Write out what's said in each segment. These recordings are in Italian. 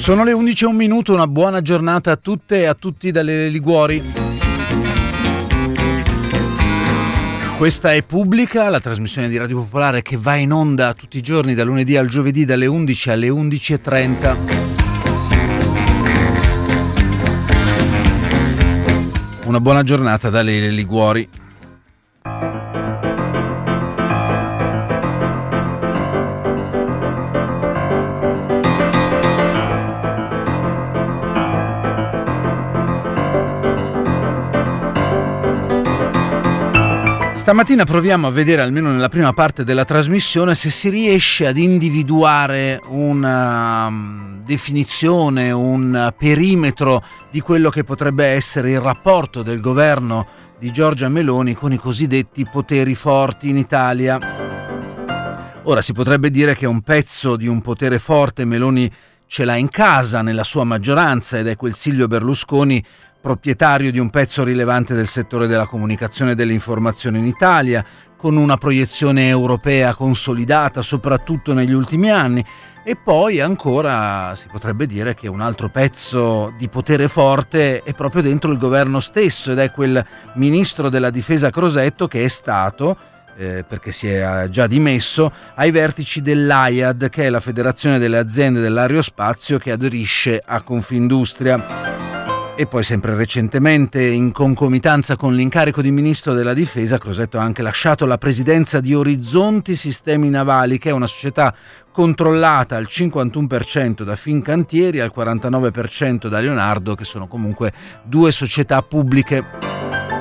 Sono le 11:01, una buona giornata a tutte e a tutti dalle Liguori. Questa è Pubblica, la trasmissione di Radio Popolare che va in onda tutti i giorni da lunedì al giovedì dalle 11 alle 11:30. Una buona giornata dalle Liguori. Stamattina proviamo a vedere, almeno nella prima parte della trasmissione, se si riesce ad individuare una definizione, un perimetro di quello che potrebbe essere il rapporto del governo di Giorgia Meloni con i cosiddetti poteri forti in Italia. Ora, si potrebbe dire che un pezzo di un potere forte Meloni ce l'ha in casa, nella sua maggioranza, ed è quel Silvio Berlusconi, proprietario di un pezzo rilevante del settore della comunicazione e dell'informazione in Italia, con una proiezione europea consolidata soprattutto negli ultimi anni. E poi ancora si potrebbe dire che un altro pezzo di potere forte è proprio dentro il governo stesso, ed è quel ministro della difesa Crosetto che è stato, perché si è già dimesso, ai vertici dell'AIAD, che è la federazione delle aziende dell'aerospazio che aderisce a Confindustria. E poi sempre recentemente, in concomitanza con l'incarico di ministro della difesa, Crosetto ha anche lasciato la presidenza di Orizzonti Sistemi Navali, che è una società controllata al 51% da Fincantieri e al 49% da Leonardo, che sono comunque due società pubbliche.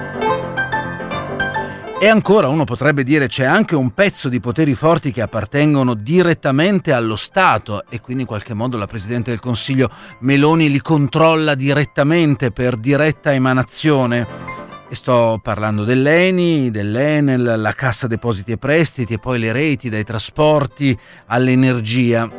E ancora uno potrebbe dire c'è anche un pezzo di poteri forti che appartengono direttamente allo Stato, e quindi in qualche modo la Presidente del Consiglio Meloni li controlla direttamente per diretta emanazione. E sto parlando dell'ENI, dell'Enel, la Cassa Depositi e Prestiti e poi le reti, dai trasporti all'energia.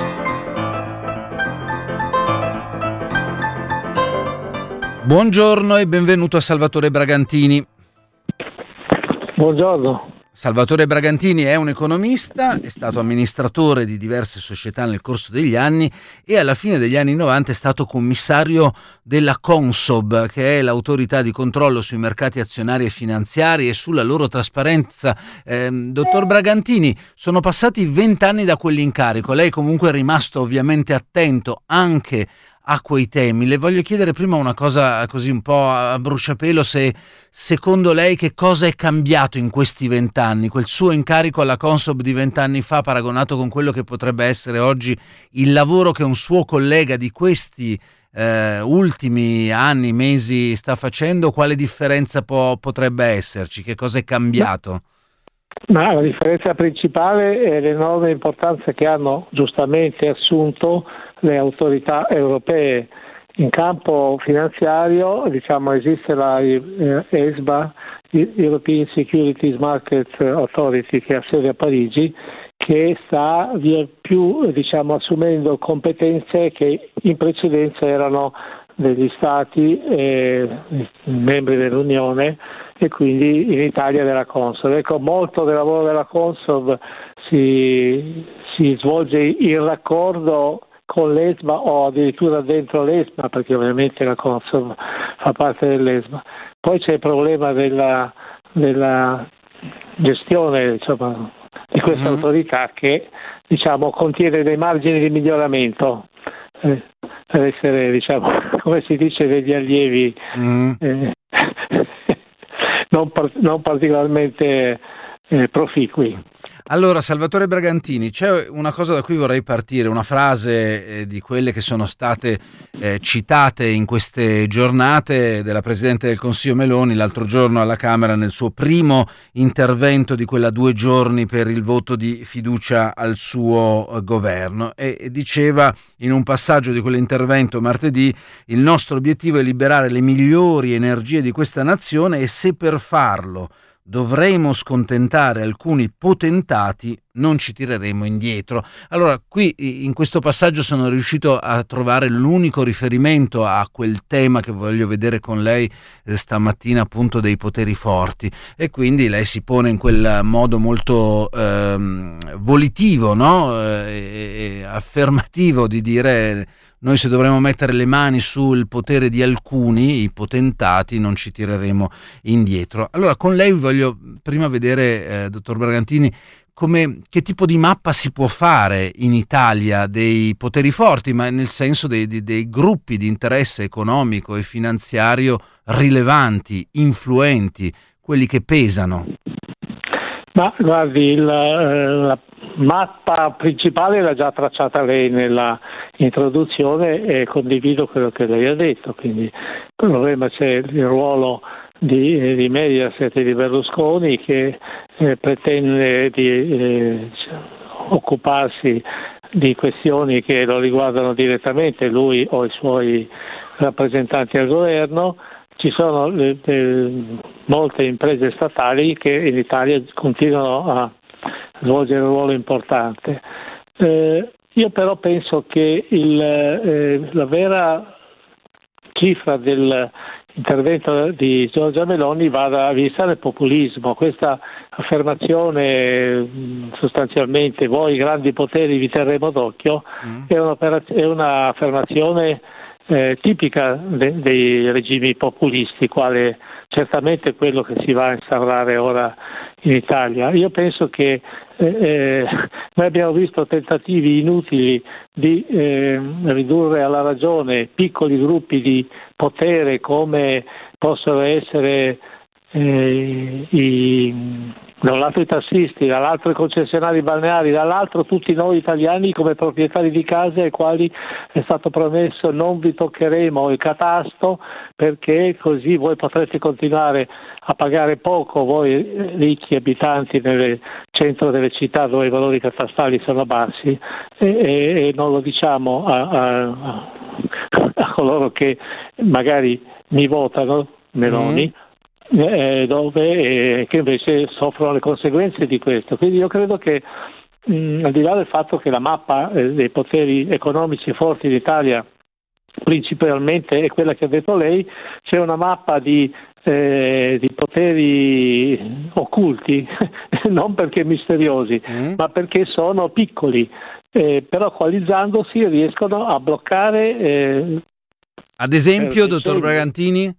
Buongiorno e benvenuto a Salvatore Bragantini. Buongiorno. Salvatore Bragantini è un economista, è stato amministratore di diverse società nel corso degli anni e alla fine degli anni 90 è stato commissario della Consob, che è l'autorità di controllo sui mercati azionari e finanziari e sulla loro trasparenza. Dottor Bragantini, sono passati 20 anni da quell'incarico, lei comunque è rimasto ovviamente attento anche a quei temi. Le voglio chiedere prima una cosa così un po' a bruciapelo, se secondo lei che cosa è cambiato in questi 20 anni, quel suo incarico alla Consob di 20 anni fa paragonato con quello che potrebbe essere oggi il lavoro che un suo collega di questi ultimi anni, mesi sta facendo. Quale differenza potrebbe esserci? Che cosa è cambiato? Ma la differenza principale è l'enorme importanza che hanno giustamente assunto le autorità europee. In campo finanziario, esiste la ESMA, European Securities Market Authority, che ha sede a Parigi, che sta via più assumendo competenze che in precedenza erano degli Stati membri dell'Unione, e quindi in Italia della Consob. Ecco, molto del lavoro della Consob si svolge in raccordo con l'ESMA o addirittura dentro l'ESMA, perché ovviamente la Consob fa parte dell'ESMA. Poi c'è il problema della gestione di questa autorità che contiene dei margini di miglioramento per essere come si dice degli allievi non particolarmente proficui. Allora, Salvatore Bragantini, c'è una cosa da cui vorrei partire, una frase di quelle che sono state citate in queste giornate della Presidente del Consiglio Meloni l'altro giorno alla Camera nel suo primo intervento di quella 2 giorni per il voto di fiducia al suo governo, e diceva in un passaggio di quell'intervento martedì: il nostro obiettivo è liberare le migliori energie di questa nazione e se per farlo dovremo scontentare alcuni potentati, non ci tireremo indietro. Allora, qui in questo passaggio sono riuscito a trovare l'unico riferimento a quel tema che voglio vedere con lei stamattina, appunto dei poteri forti, e quindi lei si pone in quel modo molto volitivo, no? E affermativo di dire noi se dovremo mettere le mani sul potere di alcuni, i potentati, non ci tireremo indietro. Allora con lei voglio prima vedere, dottor Bragantini, che tipo di mappa si può fare in Italia dei poteri forti, ma nel senso dei gruppi di interesse economico e finanziario rilevanti, influenti, quelli che pesano. Ma guardi, la mappa principale l'ha già tracciata lei nella introduzione e condivido quello che lei ha detto, quindi il problema c'è il ruolo di Mediaset e di Berlusconi che pretende di occuparsi di questioni che lo riguardano direttamente, lui o i suoi rappresentanti al governo. Ci sono molte imprese statali che in Italia continuano a svolgere un ruolo importante. Io però penso che la vera cifra dell'intervento di Giorgia Meloni vada vista nel populismo. Questa affermazione sostanzialmente voi grandi poteri vi terremo d'occhio è un'affermazione tipica dei regimi populisti, quale certamente quello che si va a instaurare ora in Italia. Io penso che noi abbiamo visto tentativi inutili di ridurre alla ragione piccoli gruppi di potere come possono essere da un lato i tassisti, dall'altro i concessionari balneari, dall'altro tutti noi italiani come proprietari di case ai quali è stato promesso non vi toccheremo il catasto perché così voi potrete continuare a pagare poco, voi ricchi abitanti nel centro delle città dove i valori catastali sono bassi e non lo diciamo a coloro che magari mi votano, Meloni, che invece soffrono le conseguenze di questo. Quindi io credo che al di là del fatto che la mappa dei poteri economici forti d'Italia principalmente è quella che ha detto lei, c'è una mappa di poteri occulti, non perché misteriosi, ma perché sono piccoli, però coalizzandosi riescono a bloccare. Ad esempio, dottor Bragantini?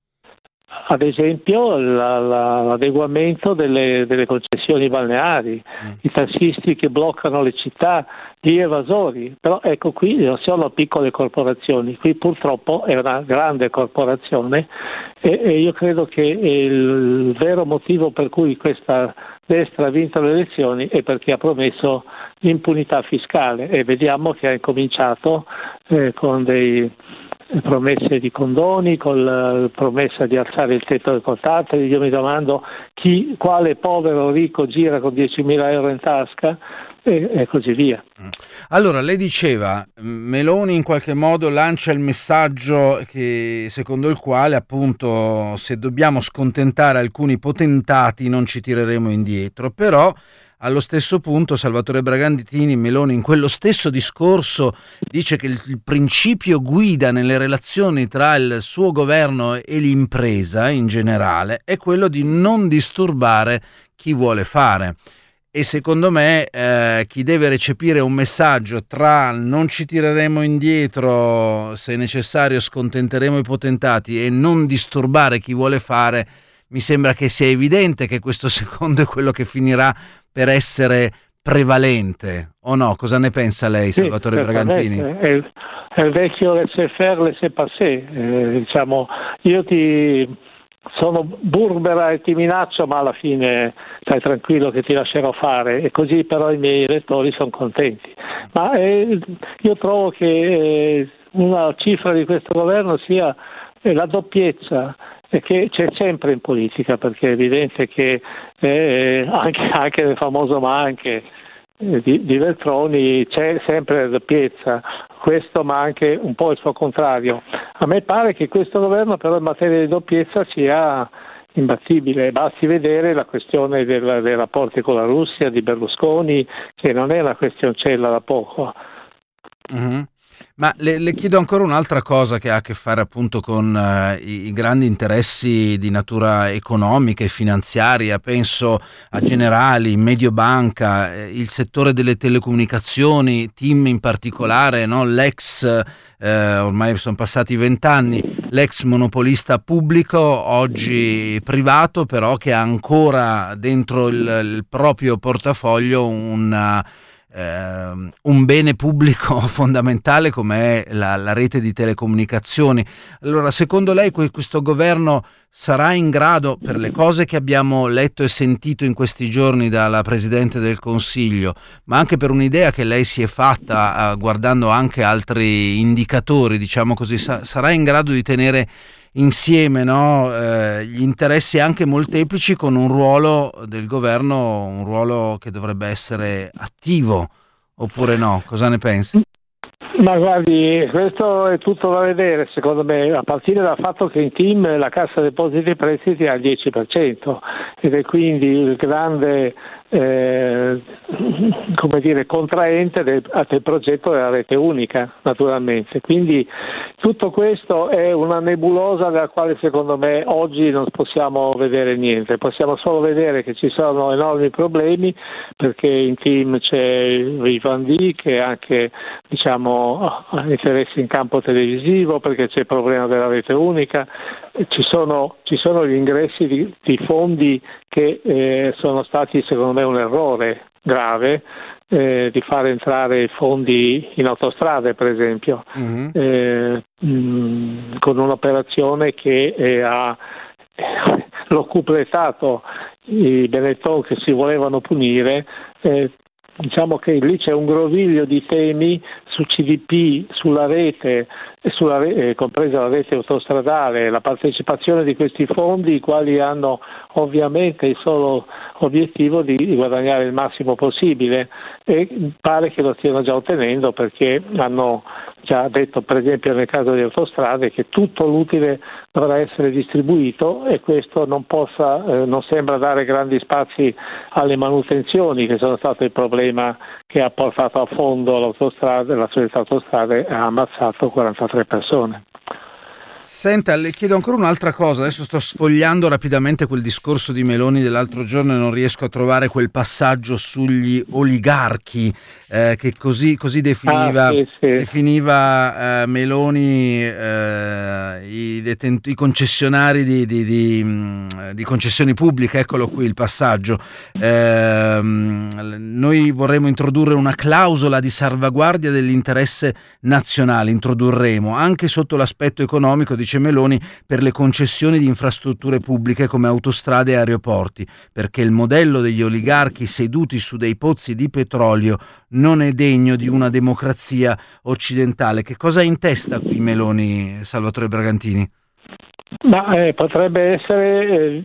Ad esempio l'adeguamento delle concessioni balneari, i tassisti che bloccano le città, gli evasori, però ecco qui non sono piccole corporazioni, qui purtroppo è una grande corporazione e io credo che il vero motivo per cui questa destra ha vinto le elezioni è perché ha promesso l'impunità fiscale e vediamo che ha incominciato con dei promesse di condoni, con la promessa di alzare il tetto del contante. Io mi domando quale povero ricco gira con 10.000 euro in tasca e così via. Allora, lei diceva, Meloni in qualche modo lancia il messaggio secondo il quale appunto se dobbiamo scontentare alcuni potentati non ci tireremo indietro, però allo stesso punto Salvatore Bragantini, Meloni in quello stesso discorso dice che il principio guida nelle relazioni tra il suo governo e l'impresa in generale è quello di non disturbare chi vuole fare. E secondo me chi deve recepire un messaggio tra non ci tireremo indietro, se necessario scontenteremo i potentati e non disturbare chi vuole fare, mi sembra che sia evidente che questo secondo è quello che finirà per essere prevalente, o no? Cosa ne pensa lei, Salvatore Bragantini? È il vecchio laissez-faire, laissez-passer, diciamo, io sono burbera e ti minaccio, ma alla fine stai tranquillo che ti lascerò fare, e così però i miei elettori sono contenti. Ma io trovo che una cifra di questo governo sia la doppiezza che c'è sempre in politica, perché è evidente che anche nel famoso ma anche di Veltroni c'è sempre la doppiezza, questo ma anche un po' il suo contrario. A me pare che questo governo però in materia di doppiezza sia imbattibile, basti vedere la questione dei rapporti con la Russia di Berlusconi, che non è una questioncella da poco. Ma le chiedo ancora un'altra cosa che ha a che fare appunto con i grandi interessi di natura economica e finanziaria, penso a Generali, Mediobanca, il settore delle telecomunicazioni, TIM in particolare, no? Ormai sono passati 20 anni, l'ex monopolista pubblico, oggi privato, però che ha ancora dentro il proprio portafoglio un bene pubblico fondamentale come è la rete di telecomunicazioni. Allora, secondo lei questo governo sarà in grado, per le cose che abbiamo letto e sentito in questi giorni dalla Presidente del Consiglio, ma anche per un'idea che lei si è fatta guardando anche altri indicatori, diciamo così, sarà in grado di tenere insieme, no, gli interessi anche molteplici, con un ruolo del governo, un ruolo che dovrebbe essere attivo, oppure no? Cosa ne pensi? Ma guardi, questo è tutto da vedere secondo me, a partire dal fatto che in TIM la Cassa Depositi e Prestiti ha il 10% ed è quindi il grande contraente del progetto della rete unica, naturalmente. Quindi tutto questo è una nebulosa dalla quale secondo me oggi non possiamo vedere niente, possiamo solo vedere che ci sono enormi problemi, perché in TIM c'è Vivendi che anche ha interessi in campo televisivo, perché c'è il problema della rete unica, ci sono gli ingressi di fondi che sono stati secondo me un errore grave, di far entrare i fondi in autostrade per esempio, con un'operazione che ha l'occupletato i Benetton che si volevano punire. Diciamo che lì c'è un groviglio di temi su CDP, sulla rete, compresa la rete autostradale, la partecipazione di questi fondi, i quali hanno ovviamente il solo obiettivo di guadagnare il massimo possibile, e pare che lo stiano già ottenendo, perché hanno già detto, per esempio nel caso di autostrade, che tutto l'utile dovrà essere distribuito, e questo non sembra dare grandi spazi alle manutenzioni, che sono state il problema che ha portato a fondo la società autostrade ha ammazzato 43 persone. Senta, le chiedo ancora un'altra cosa. Adesso sto sfogliando rapidamente quel discorso di Meloni dell'altro giorno e non riesco a trovare quel passaggio sugli oligarchi che così definiva, definiva Meloni i concessionari di concessioni pubbliche. Eccolo qui il passaggio. Noi vorremmo introdurre una clausola di salvaguardia dell'interesse nazionale, introdurremo anche sotto l'aspetto economico, dice Meloni, per le concessioni di infrastrutture pubbliche come autostrade e aeroporti, perché il modello degli oligarchi seduti su dei pozzi di petrolio non è degno di una democrazia occidentale. Che cosa ha in testa qui Meloni, Salvatore Bragantini? Ma potrebbe essere,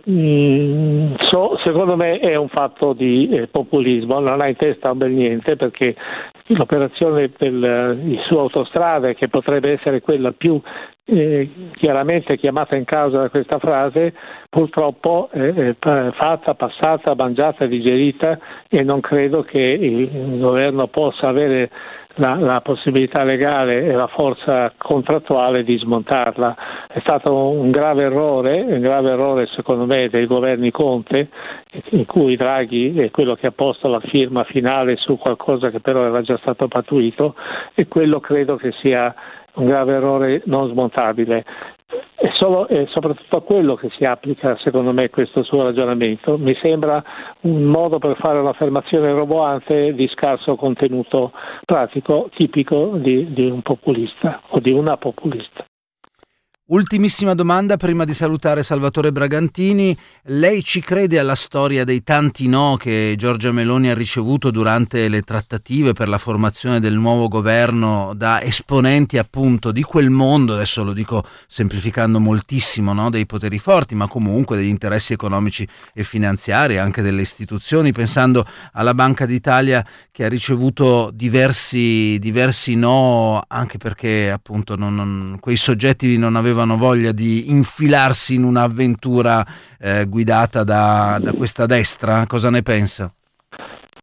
secondo me è un fatto di populismo, non ha in testa un bel niente, perché l'operazione su autostrade, che potrebbe essere quella più chiaramente chiamata in causa da questa frase, purtroppo è fatta, passata, mangiata, digerita, e non credo che il governo possa avere la possibilità legale e la forza contrattuale di smontarla. È stato un grave errore secondo me dei governi Conte, in cui Draghi è quello che ha posto la firma finale su qualcosa che però era già stato pattuito, e quello credo che sia un grave errore non smontabile. È soprattutto a quello che si applica secondo me questo suo ragionamento. Mi sembra un modo per fare un'affermazione roboante di scarso contenuto pratico, tipico di un populista o di una populista. Ultimissima domanda prima di salutare Salvatore Bragantini. Lei ci crede alla storia dei tanti no che Giorgia Meloni ha ricevuto durante le trattative per la formazione del nuovo governo da esponenti appunto di quel mondo, adesso lo dico semplificando moltissimo, no? Dei poteri forti, ma comunque degli interessi economici e finanziari, anche delle istituzioni, pensando alla Banca d'Italia, che ha ricevuto diversi no, anche perché appunto quei soggetti non avevano voglia di infilarsi in un'avventura guidata da questa destra. Cosa ne pensa?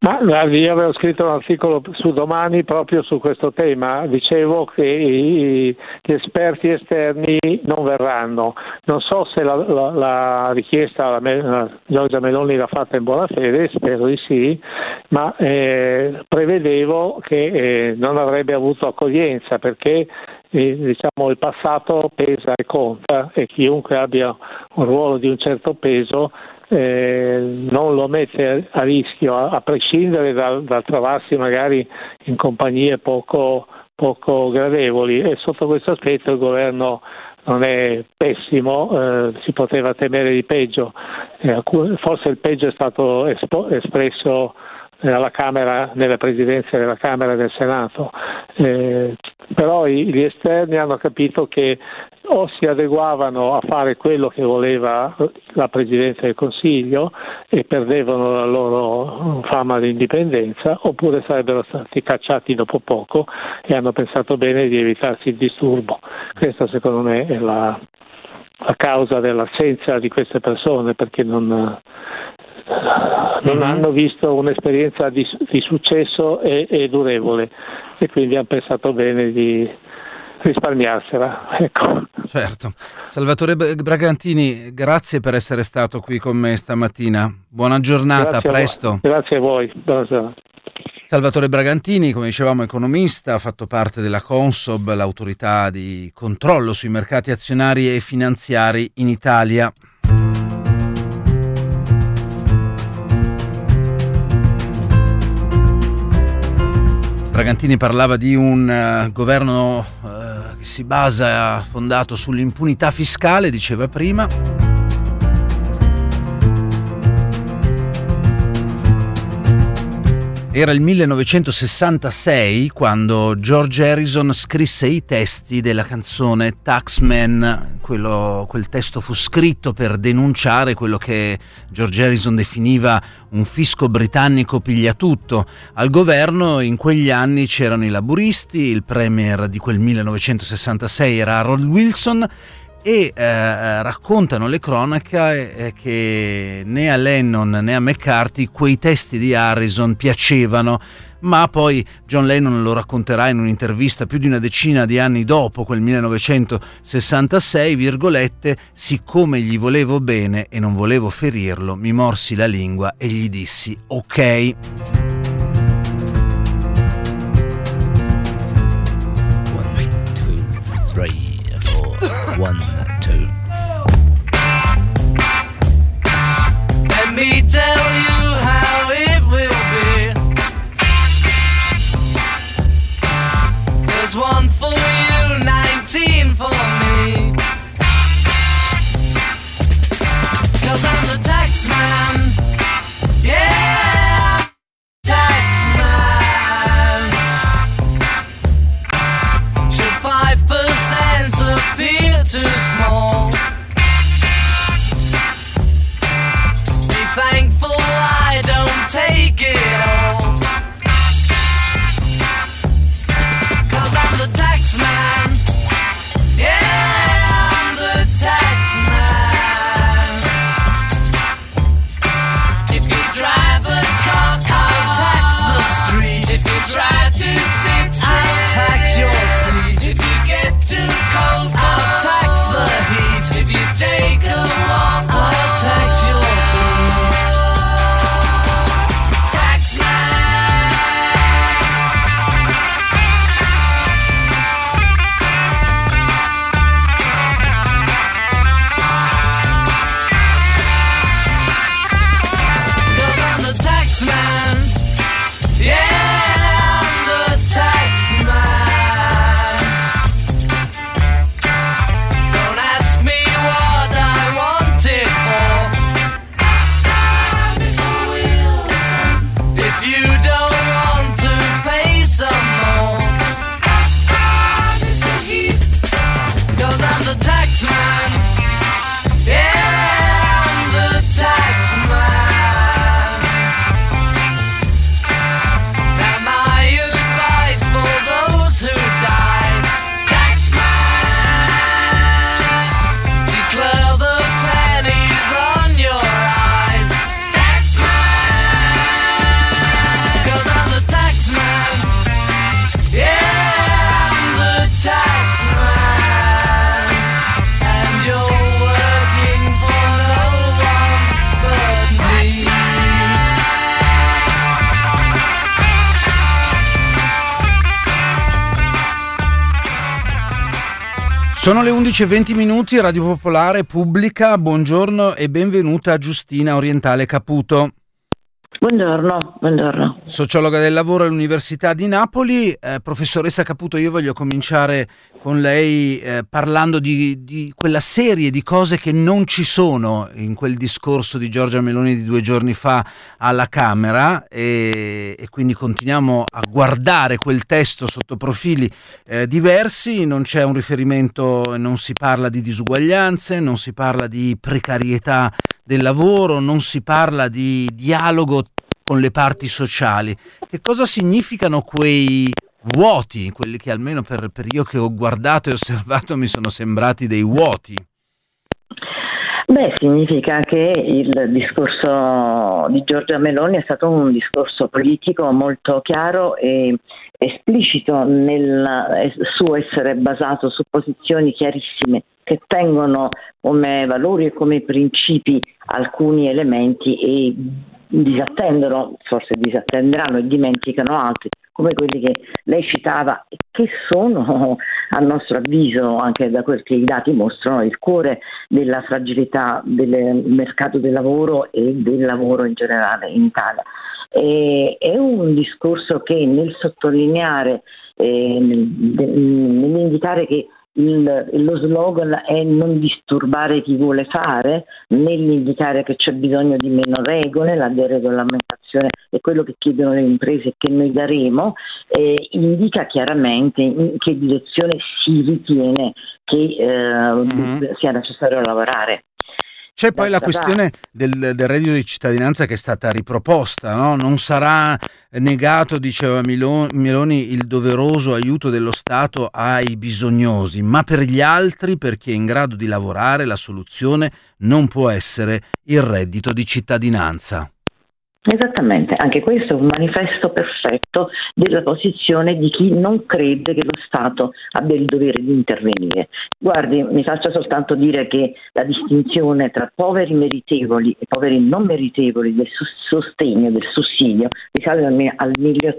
Ma guardi, io avevo scritto un articolo su Domani proprio su questo tema, dicevo che gli esperti esterni non verranno. Non so se la richiesta Giorgia Meloni l'ha fatta in buona fede, spero di sì, ma prevedevo che non avrebbe avuto accoglienza perché diciamo il passato pesa e conta e chiunque abbia un ruolo di un certo peso non lo mette a rischio, a prescindere dal trovarsi magari in compagnie poco gradevoli, e sotto questo aspetto il governo non è pessimo, si poteva temere di peggio, forse il peggio è stato espresso alla Camera, nella presidenza della Camera e del Senato, però gli esterni hanno capito che o si adeguavano a fare quello che voleva la Presidenza del Consiglio e perdevano la loro fama di indipendenza, oppure sarebbero stati cacciati dopo poco e hanno pensato bene di evitarsi il disturbo. Questa secondo me è la causa dell'assenza di queste persone, perché non hanno visto un'esperienza di successo e durevole, e quindi hanno pensato bene di risparmiarsela. Ecco. Certo. Salvatore Bragantini, grazie per essere stato qui con me stamattina. Buona giornata, Grazie a presto. Grazie a voi. Buonasera. Salvatore Bragantini, come dicevamo, economista, ha fatto parte della Consob, l'autorità di controllo sui mercati azionari e finanziari in Italia. Bragantini parlava di un governo che si basa, fondato sull'impunità fiscale, diceva prima. Era il 1966 quando George Harrison scrisse i testi della canzone Taxman. Quel testo fu scritto per denunciare quello che George Harrison definiva un fisco britannico pigliatutto. Al governo in quegli anni c'erano i laburisti, il premier di quel 1966 era Harold Wilson, e raccontano le cronache che né a Lennon né a McCarthy quei testi di Harrison piacevano, ma poi John Lennon lo racconterà in un'intervista più di una decina di anni dopo, quel 1966, virgolette: siccome gli volevo bene e non volevo ferirlo, mi morsi la lingua e gli dissi ok. One, two. Let me tell you how it will be. There's one for you, 19 for me. 'Cause I'm the tax man. Yeah, tax man. Should 5% appear too small? Sono le 11:20, Radio Popolare Pubblica. Buongiorno e benvenuta Giustina Orientale Caputo. Buongiorno. Sociologa del lavoro all'Università di Napoli. Professoressa Caputo, io voglio cominciare con lei parlando di quella serie di cose che non ci sono in quel discorso di Giorgia Meloni di 2 giorni fa alla Camera, e quindi continuiamo a guardare quel testo sotto profili diversi. Non c'è un riferimento, non si parla di disuguaglianze, non si parla di precarietà del lavoro, non si parla di dialogo con le parti sociali. Che cosa significano quei vuoti, quelli che almeno per io che ho guardato e osservato mi sono sembrati dei vuoti? Significa che il discorso di Giorgia Meloni è stato un discorso politico molto chiaro e esplicito nel suo essere basato su posizioni chiarissime che tengono come valori e come principi alcuni elementi e disattenderanno e dimenticano altri, come quelli che lei citava, che sono, a nostro avviso, anche da quel che i dati mostrano, il cuore della fragilità del mercato del lavoro e del lavoro in generale in Italia. È un discorso che nel sottolineare, nell'indicare che lo slogan è non disturbare chi vuole fare, nell'indicare che c'è bisogno di meno regole, la deregolamentazione è quello che chiedono le imprese e che noi daremo, indica chiaramente in che direzione si ritiene che sia necessario lavorare. C'è poi la questione del reddito di cittadinanza che è stata riproposta, no? Non sarà negato, diceva Meloni, il doveroso aiuto dello Stato ai bisognosi, ma per gli altri, per chi è in grado di lavorare, la soluzione non può essere il reddito di cittadinanza. Esattamente, anche questo è un manifesto perfetto della posizione di chi non crede che lo Stato abbia il dovere di intervenire. Guardi, mi faccia soltanto dire che la distinzione tra poveri meritevoli e poveri non meritevoli del sostegno, del sussidio, risale al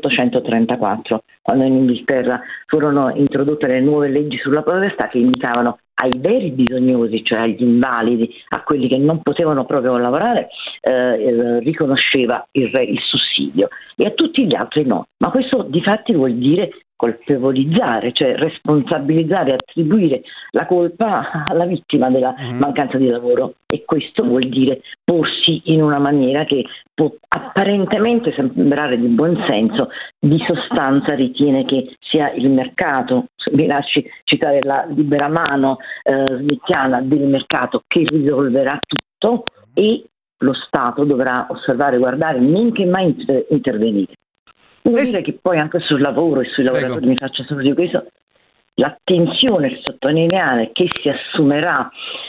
1834, quando in Inghilterra furono introdotte le nuove leggi sulla povertà che indicavano ai veri bisognosi, cioè agli invalidi, a quelli che non potevano proprio lavorare, riconosceva il sussidio, e a tutti gli altri no. Ma questo di fatti vuol dire colpevolizzare, cioè responsabilizzare, attribuire la colpa alla vittima della mancanza di lavoro, e questo vuol dire porsi in una maniera che può apparentemente sembrare di buonsenso, di sostanza ritiene che sia il mercato, mi lasci citare la libera mano smithiana del mercato, che risolverà tutto e lo Stato dovrà osservare, guardare, neanche mai intervenire. Devo dire che poi anche sul lavoro e sui lavoratori, mi faccio solo di questo, l'attenzione, il sottolineare che si assumerà,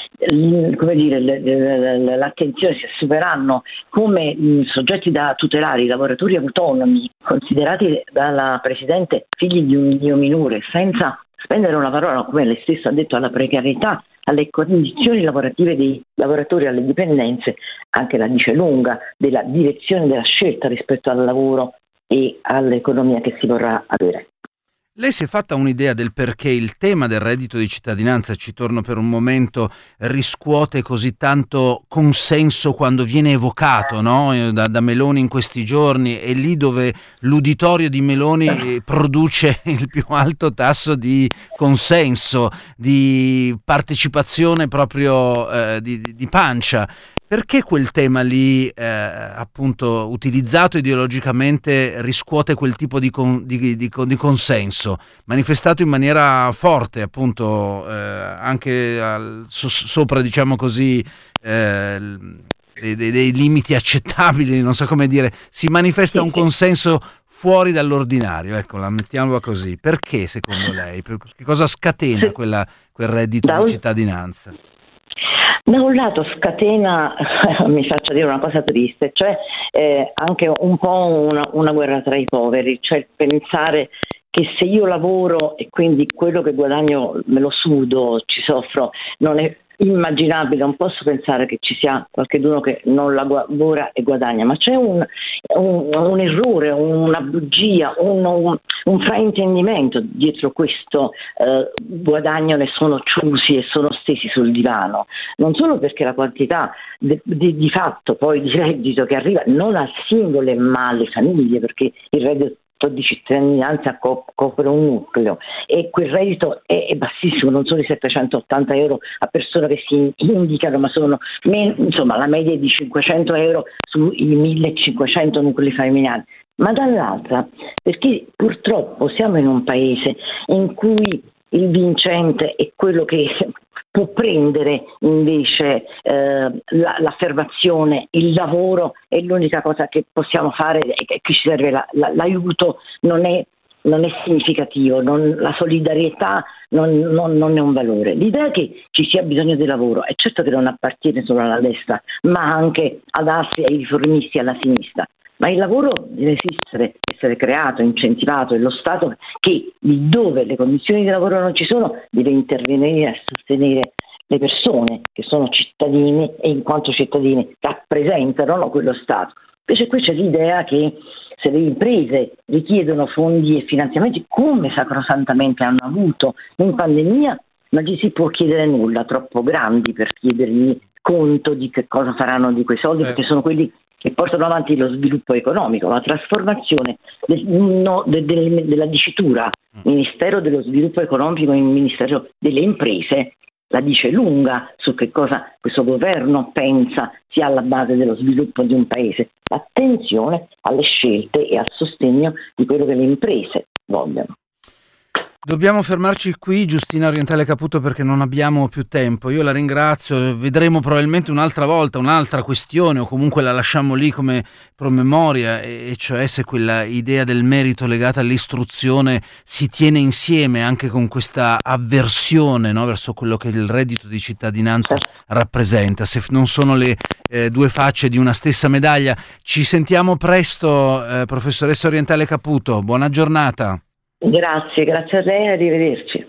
l'attenzione si assumeranno come soggetti da tutelare i lavoratori autonomi, considerati dalla Presidente figli di un dio minore, senza spendere una parola, come lei stesso ha detto, alla precarietà, alle condizioni lavorative dei lavoratori, alle dipendenze, anche la dice lunga della direzione della scelta rispetto al lavoro e all'economia che si vorrà avere. Lei si è fatta un'idea del perché il tema del reddito di cittadinanza, ci torno per un momento, riscuote così tanto consenso quando viene evocato, no? da Meloni in questi giorni, è lì dove l'uditorio di Meloni produce il più alto tasso di consenso, di partecipazione proprio di pancia. Perché quel tema lì, appunto, utilizzato ideologicamente, riscuote quel tipo di consenso, manifestato in maniera forte, appunto, anche sopra, diciamo così, dei limiti accettabili, non so come dire, si manifesta un consenso fuori dall'ordinario, ecco, la mettiamola così. Perché, secondo lei? Che cosa scatena quel reddito di cittadinanza? Da un lato scatena, mi faccio dire una cosa triste, cioè anche un po' una guerra tra i poveri, cioè pensare che se io lavoro e quindi quello che guadagno me lo sudo, ci soffro, non è immaginabile, non posso pensare che ci sia qualcuno che non lavora e guadagna, ma c'è un errore, una bugia, un fraintendimento dietro questo guadagno. Ne sono chiusi e sono stesi sul divano, non solo perché la quantità di fatto poi di reddito che arriva non al singolo ma alle famiglie, perché il reddito di cittadinanza copre un nucleo e quel reddito è bassissimo, non sono i 780 euro a persona che si indicano, ma sono insomma la media è di 500 euro sui 1500 nuclei familiari. Ma dall'altra, perché purtroppo siamo in un paese in cui il vincente è quello che può prendere invece l'affermazione, il lavoro è l'unica cosa che possiamo fare e che ci serve, l'aiuto non è significativo, la solidarietà non è un valore. L'idea che ci sia bisogno di lavoro è certo che non appartiene solo alla destra, ma anche ad altri, ai riformisti, alla sinistra. Ma il lavoro deve esistere, essere creato, incentivato, e lo Stato che, lì dove le condizioni di lavoro non ci sono, deve intervenire a sostenere le persone che sono cittadini e in quanto cittadini rappresentano quello Stato. Invece qui c'è l'idea che se le imprese richiedono fondi e finanziamenti, come sacrosantamente hanno avuto in pandemia, non gli si può chiedere nulla, troppo grandi per chiedergli conto di che cosa faranno di quei soldi, perché sono quelli che portano avanti lo sviluppo economico. La trasformazione della dicitura Ministero dello Sviluppo Economico in Ministero delle Imprese la dice lunga su che cosa questo governo pensa sia alla base dello sviluppo di un paese: l'attenzione alle scelte e al sostegno di quello che le imprese vogliono. Dobbiamo fermarci qui, Giustina Orientale Caputo, perché non abbiamo più tempo. Io la ringrazio, vedremo probabilmente un'altra volta un'altra questione, o comunque la lasciamo lì come promemoria, e cioè se quella idea del merito legata all'istruzione si tiene insieme anche con questa avversione, no, verso quello che il reddito di cittadinanza rappresenta, se non sono le due facce di una stessa medaglia. Ci sentiamo presto, professoressa Orientale Caputo, buona giornata. Grazie a lei, arrivederci.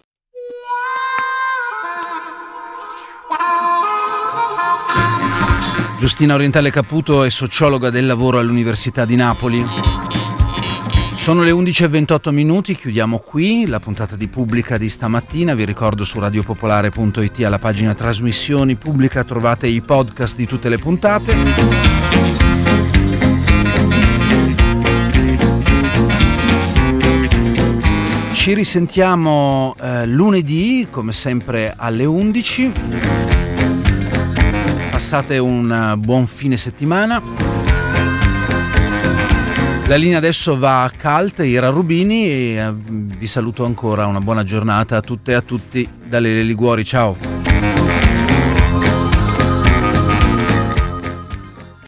Giustina Orientale Caputo è sociologa del lavoro all'Università di Napoli. Sono le 11:28, chiudiamo qui la puntata di Pubblica di stamattina. Vi ricordo su radiopopolare.it alla pagina trasmissioni Pubblica trovate i podcast di tutte le puntate. Ci risentiamo lunedì, come sempre alle 11. Passate un buon fine settimana. La linea adesso va a Calt, Ira Rubini, e vi saluto ancora. Una buona giornata a tutte e a tutti da Lele Liguori. Ciao.